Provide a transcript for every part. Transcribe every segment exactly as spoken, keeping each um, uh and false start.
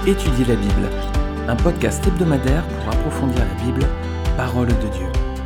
Étudier la Bible, un podcast hebdomadaire pour approfondir la Bible, parole de Dieu.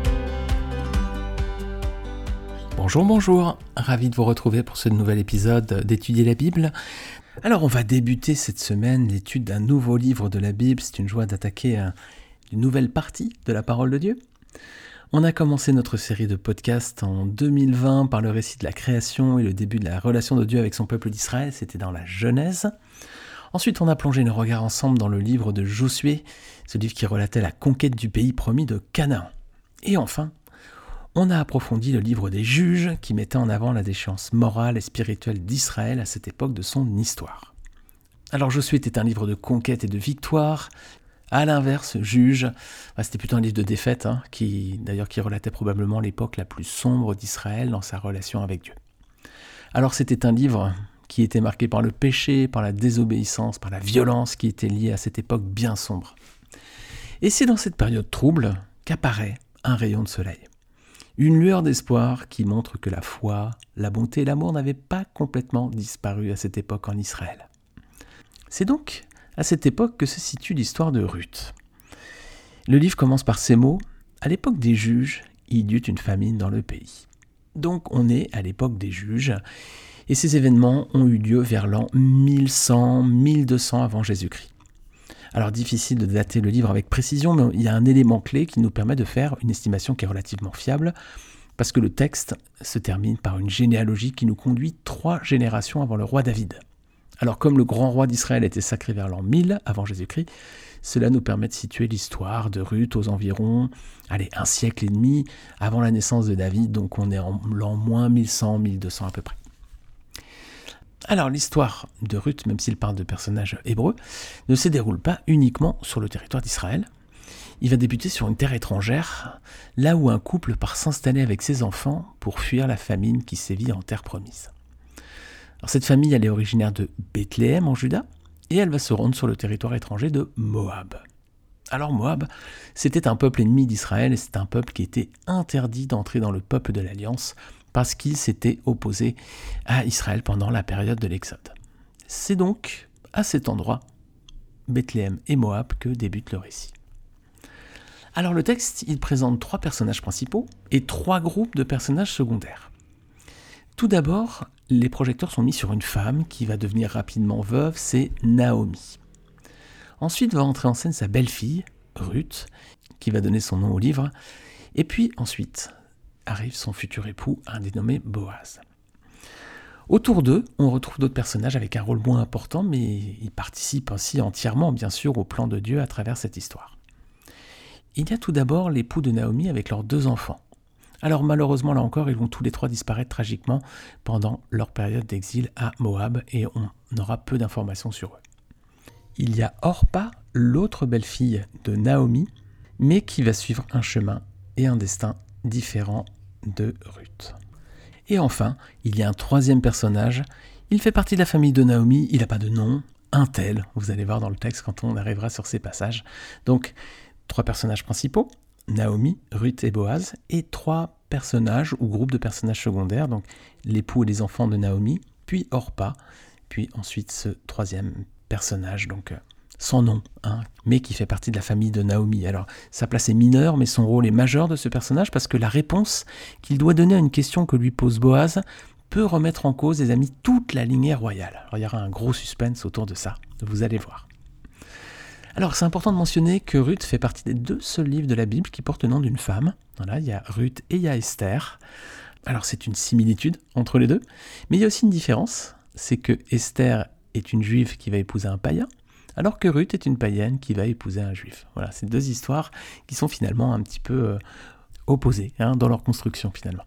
Bonjour, bonjour, ravi de vous retrouver pour ce nouvel épisode d'Étudier la Bible. Alors on va débuter cette semaine l'étude d'un nouveau livre de la Bible, c'est une joie d'attaquer un, une nouvelle partie de la parole de Dieu. On a commencé notre série de podcasts en deux mille vingt par le récit de la création et le début de la relation de Dieu avec son peuple d'Israël, c'était dans la Genèse. Ensuite, on a plongé nos regards ensemble dans le livre de Josué, ce livre qui relatait la conquête du pays promis de Canaan. Et enfin, on a approfondi le livre des Juges qui mettait en avant la déchéance morale et spirituelle d'Israël à cette époque de son histoire. Alors Josué était un livre de conquête et de victoire. À l'inverse, Juges, c'était plutôt un livre de défaite, hein, qui d'ailleurs qui relatait probablement l'époque la plus sombre d'Israël dans sa relation avec Dieu. Alors c'était un livre qui était marqué par le péché, par la désobéissance, par la violence qui était liée à cette époque bien sombre. Et c'est dans cette période trouble qu'apparaît un rayon de soleil. Une lueur d'espoir qui montre que la foi, la bonté et l'amour n'avaient pas complètement disparu à cette époque en Israël. C'est donc à cette époque que se situe l'histoire de Ruth. Le livre commence par ces mots : « À l'époque des juges, il y eut une famine dans le pays. » Donc on est à l'époque des juges, et ces événements ont eu lieu vers l'an mille cent à mille deux cents avant Jésus-Christ. Alors difficile de dater le livre avec précision, mais il y a un élément clé qui nous permet de faire une estimation qui est relativement fiable, parce que le texte se termine par une généalogie qui nous conduit trois générations avant le roi David. Alors comme le grand roi d'Israël était sacré vers l'an mille avant Jésus-Christ, cela nous permet de situer l'histoire de Ruth aux environs, allez, un siècle et demi avant la naissance de David, donc on est en l'an moins mille cent à mille deux cents à peu près. Alors l'histoire de Ruth, même s'il parle de personnages hébreux, ne se déroule pas uniquement sur le territoire d'Israël. Il va débuter sur une terre étrangère, là où un couple part s'installer avec ses enfants pour fuir la famine qui sévit en terre promise. Alors cette famille, elle est originaire de Bethléem en Juda, et elle va se rendre sur le territoire étranger de Moab. Alors Moab, c'était un peuple ennemi d'Israël, et c'est un peuple qui était interdit d'entrer dans le peuple de l'Alliance, parce qu'il s'était opposé à Israël pendant la période de l'Exode. C'est donc à cet endroit, Bethléem et Moab, que débute le récit. Alors le texte, il présente trois personnages principaux et trois groupes de personnages secondaires. Tout d'abord, les projecteurs sont mis sur une femme qui va devenir rapidement veuve, c'est Naomi. Ensuite va entrer en scène sa belle-fille, Ruth, qui va donner son nom au livre, et puis ensuite arrive son futur époux, un dénommé Boaz. Autour d'eux, on retrouve d'autres personnages avec un rôle moins important, mais ils participent ainsi entièrement, bien sûr, au plan de Dieu à travers cette histoire. Il y a tout d'abord l'époux de Naomi avec leurs deux enfants. Alors malheureusement, là encore, ils vont tous les trois disparaître tragiquement pendant leur période d'exil à Moab, et on aura peu d'informations sur eux. Il y a Orpa, l'autre belle-fille de Naomi, mais qui va suivre un chemin et un destin différents de Ruth. Et enfin, il y a un troisième personnage. Il fait partie de la famille de Naomi, il n'a pas de nom, un tel, vous allez voir dans le texte quand on arrivera sur ces passages. Donc, trois personnages principaux, Naomi, Ruth et Boaz, et trois personnages ou groupes de personnages secondaires, donc l'époux et les enfants de Naomi, puis Orpa, puis ensuite ce troisième personnage, donc sans nom, hein, mais qui fait partie de la famille de Naomi. Alors, sa place est mineure, mais son rôle est majeur de ce personnage, parce que la réponse qu'il doit donner à une question que lui pose Boaz peut remettre en cause, les amis, toute la lignée royale. Alors, il y aura un gros suspense autour de ça, vous allez voir. Alors, c'est important de mentionner que Ruth fait partie des deux seuls livres de la Bible qui portent le nom d'une femme. Voilà, il y a Ruth et il y a Esther. Alors, c'est une similitude entre les deux, mais il y a aussi une différence, c'est que Esther est une juive qui va épouser un païen, alors que Ruth est une païenne qui va épouser un juif. Voilà, c'est deux histoires qui sont finalement un petit peu euh, opposées hein, dans leur construction finalement.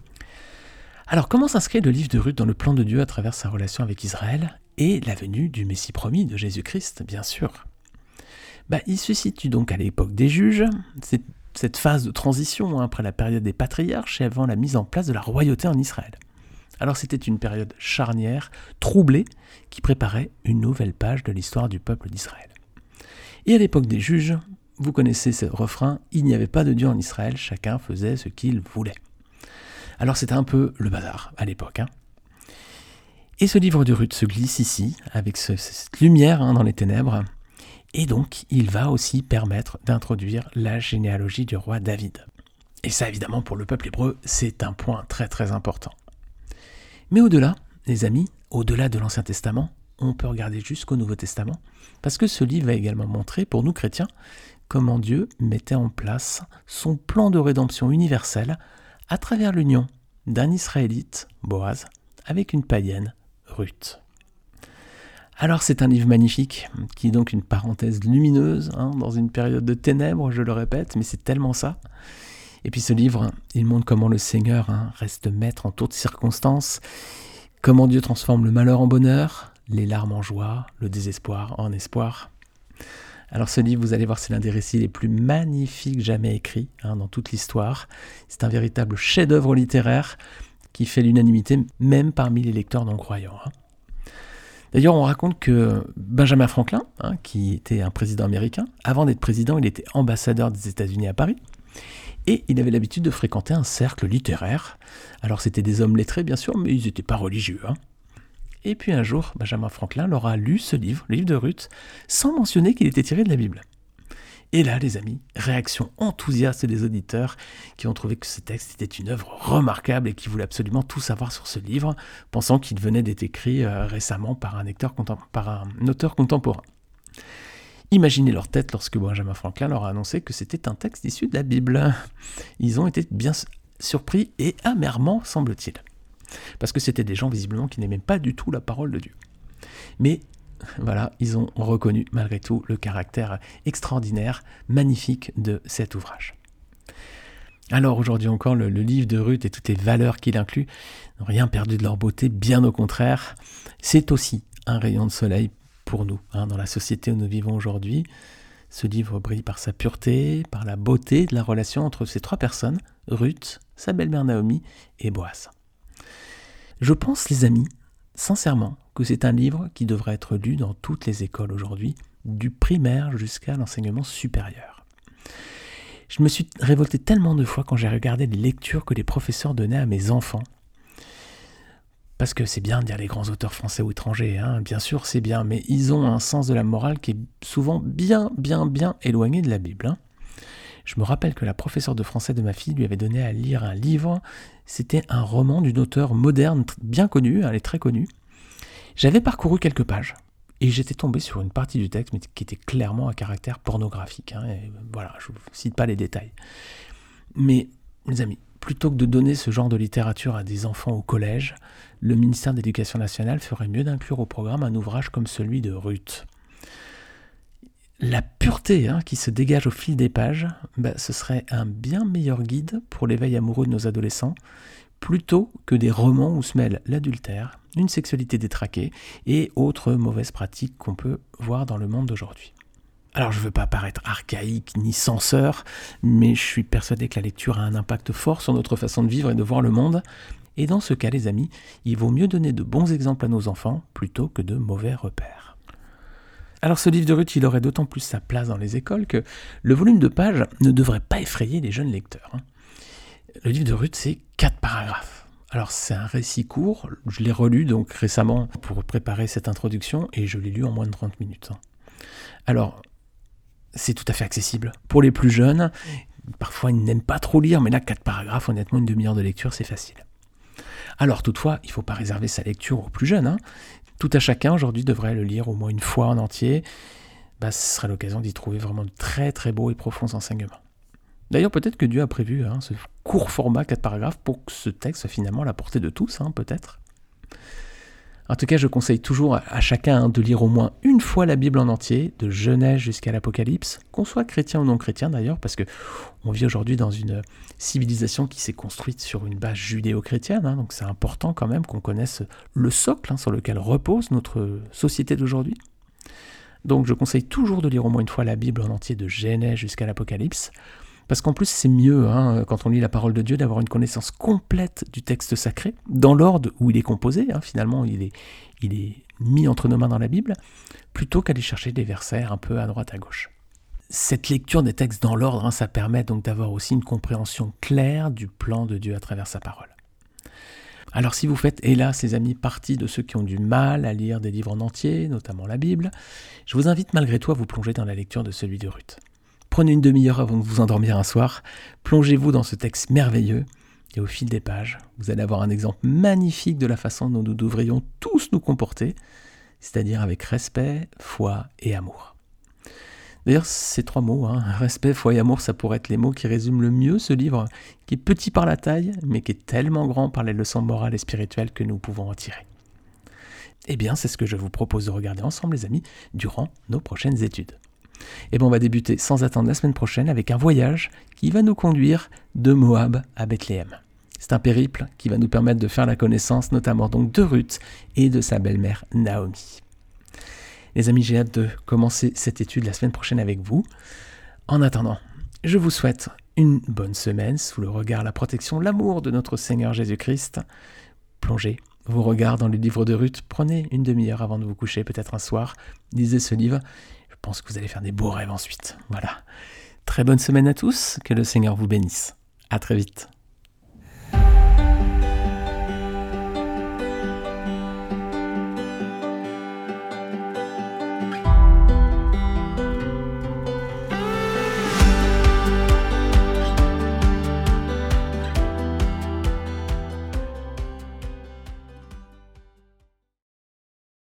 Alors comment s'inscrit le livre de Ruth dans le plan de Dieu à travers sa relation avec Israël et la venue du Messie promis de Jésus-Christ, bien sûr. Bah, il se situe donc à l'époque des juges, c'est cette phase de transition hein, après la période des patriarches et avant la mise en place de la royauté en Israël. Alors c'était une période charnière, troublée, qui préparait une nouvelle page de l'histoire du peuple d'Israël. Et à l'époque des juges, vous connaissez ce refrain, il n'y avait pas de Dieu en Israël, chacun faisait ce qu'il voulait. Alors c'était un peu le bazar à l'époque. Hein. Et ce livre de Ruth se glisse ici, avec ce, cette lumière hein, dans les ténèbres, et donc il va aussi permettre d'introduire la généalogie du roi David. Et ça, évidemment, pour le peuple hébreu, c'est un point très très important. Mais au-delà, les amis, au-delà de l'Ancien Testament, on peut regarder jusqu'au Nouveau Testament, parce que ce livre va également montrer, pour nous chrétiens, comment Dieu mettait en place son plan de rédemption universelle à travers l'union d'un Israélite, Boaz, avec une païenne, Ruth. Alors c'est un livre magnifique, qui est donc une parenthèse lumineuse, hein, dans une période de ténèbres, je le répète, mais c'est tellement ça. Et puis ce livre, il montre comment le Seigneur hein, reste maître en toutes circonstances, comment Dieu transforme le malheur en bonheur, les larmes en joie, le désespoir en espoir. Alors ce livre, vous allez voir, c'est l'un des récits les plus magnifiques jamais écrits hein, dans toute l'histoire. C'est un véritable chef-d'œuvre littéraire qui fait l'unanimité même parmi les lecteurs non-croyants. Hein. D'ailleurs, on raconte que Benjamin Franklin, hein, qui était un président américain, avant d'être président, il était ambassadeur des États-Unis à Paris. Et il avait l'habitude de fréquenter un cercle littéraire. Alors c'était des hommes lettrés bien sûr, mais ils n'étaient pas religieux. Hein. Et puis un jour, Benjamin Franklin leur a lu ce livre, le livre de Ruth, sans mentionner qu'il était tiré de la Bible. Et là, les amis, réaction enthousiaste des auditeurs qui ont trouvé que ce texte était une œuvre remarquable et qui voulaient absolument tout savoir sur ce livre, pensant qu'il venait d'être écrit euh, récemment par un, lecteur contem- par un auteur contemporain. Imaginez leur tête lorsque Benjamin Franklin leur a annoncé que c'était un texte issu de la Bible. Ils ont été bien surpris et amèrement, semble-t-il. Parce que c'était des gens visiblement qui n'aimaient pas du tout la parole de Dieu. Mais voilà, ils ont reconnu malgré tout le caractère extraordinaire, magnifique de cet ouvrage. Alors aujourd'hui encore, le, le livre de Ruth et toutes les valeurs qu'il inclut n'ont rien perdu de leur beauté, bien au contraire. C'est aussi un rayon de soleil pour nous, hein, dans la société où nous vivons aujourd'hui. Ce livre brille par sa pureté, par la beauté de la relation entre ces trois personnes, Ruth, sa belle-mère Naomi et Boaz. Je pense, les amis, sincèrement, que c'est un livre qui devrait être lu dans toutes les écoles aujourd'hui, du primaire jusqu'à l'enseignement supérieur. Je me suis révolté tellement de fois quand j'ai regardé les lectures que les professeurs donnaient à mes enfants. Parce que c'est bien de dire les grands auteurs français ou étrangers, hein, bien sûr c'est bien, mais ils ont un sens de la morale qui est souvent bien, bien, bien éloigné de la Bible. Hein. Je me rappelle que la professeure de français de ma fille lui avait donné à lire un livre, c'était un roman d'une auteure moderne bien connue, elle est très connue. J'avais parcouru quelques pages, et j'étais tombé sur une partie du texte mais qui était clairement à caractère pornographique. Hein, et voilà, je ne vous cite pas les détails. Mais, mes amis, plutôt que de donner ce genre de littérature à des enfants au collège, le ministère de l'Éducation nationale ferait mieux d'inclure au programme un ouvrage comme celui de Ruth. La pureté hein, qui se dégage au fil des pages, bah, ce serait un bien meilleur guide pour l'éveil amoureux de nos adolescents, plutôt que des romans où se mêlent l'adultère, une sexualité détraquée et autres mauvaises pratiques qu'on peut voir dans le monde d'aujourd'hui. Alors je ne veux pas paraître archaïque ni censeur, mais je suis persuadé que la lecture a un impact fort sur notre façon de vivre et de voir le monde. Et dans ce cas, les amis, il vaut mieux donner de bons exemples à nos enfants plutôt que de mauvais repères. Alors ce livre de Ruth, il aurait d'autant plus sa place dans les écoles que le volume de pages ne devrait pas effrayer les jeunes lecteurs. Le livre de Ruth, c'est quatre paragraphes. Alors c'est un récit court, je l'ai relu donc récemment pour préparer cette introduction et je l'ai lu en moins de trente minutes. Alors, c'est tout à fait accessible. Pour les plus jeunes, parfois ils n'aiment pas trop lire, mais là, quatre paragraphes, honnêtement, une demi-heure de lecture, c'est facile. Alors toutefois, il ne faut pas réserver sa lecture aux plus jeunes. Hein. Tout à chacun, aujourd'hui, devrait le lire au moins une fois en entier. Bah, ce sera l'occasion d'y trouver vraiment de très très beaux et profonds enseignements. D'ailleurs, peut-être que Dieu a prévu hein, ce court format, quatre paragraphes, pour que ce texte soit finalement à la portée de tous, hein, peut-être. En tout cas, je conseille toujours à chacun hein, de lire au moins une fois la Bible en entier, de Genèse jusqu'à l'Apocalypse, qu'on soit chrétien ou non chrétien d'ailleurs, parce qu'on vit aujourd'hui dans une civilisation qui s'est construite sur une base judéo-chrétienne, hein, donc c'est important quand même qu'on connaisse le socle hein, sur lequel repose notre société d'aujourd'hui. Donc je conseille toujours de lire au moins une fois la Bible en entier, de Genèse jusqu'à l'Apocalypse, parce qu'en plus, c'est mieux, hein, quand on lit la parole de Dieu, d'avoir une connaissance complète du texte sacré, dans l'ordre où il est composé, hein, finalement, il est, il est mis entre nos mains dans la Bible, plutôt qu'aller chercher des versets un peu à droite à gauche. Cette lecture des textes dans l'ordre, hein, ça permet donc d'avoir aussi une compréhension claire du plan de Dieu à travers sa parole. Alors si vous faites, hélas les amis, partie de ceux qui ont du mal à lire des livres en entier, notamment la Bible, je vous invite malgré tout à vous plonger dans la lecture de celui de Ruth. Prenez une demi-heure avant de vous endormir un soir, plongez-vous dans ce texte merveilleux, et au fil des pages, vous allez avoir un exemple magnifique de la façon dont nous devrions tous nous comporter, c'est-à-dire avec respect, foi et amour. D'ailleurs, ces trois mots, hein, respect, foi et amour, ça pourrait être les mots qui résument le mieux ce livre, qui est petit par la taille, mais qui est tellement grand par les leçons morales et spirituelles que nous pouvons en tirer. Eh bien, c'est ce que je vous propose de regarder ensemble, les amis, durant nos prochaines études. Et bien, on va débuter sans attendre la semaine prochaine avec un voyage qui va nous conduire de Moab à Bethléem. C'est un périple qui va nous permettre de faire la connaissance notamment donc de Ruth et de sa belle-mère Naomi. Les amis, j'ai hâte de commencer cette étude la semaine prochaine avec vous. En attendant, je vous souhaite une bonne semaine sous le regard, la protection, l'amour de notre Seigneur Jésus-Christ. Plongez vos regards dans le livre de Ruth. Prenez une demi-heure avant de vous coucher, peut-être un soir. Lisez ce livre. Je pense que vous allez faire des beaux rêves ensuite. Voilà. Très bonne semaine à tous. Que le Seigneur vous bénisse. À très vite.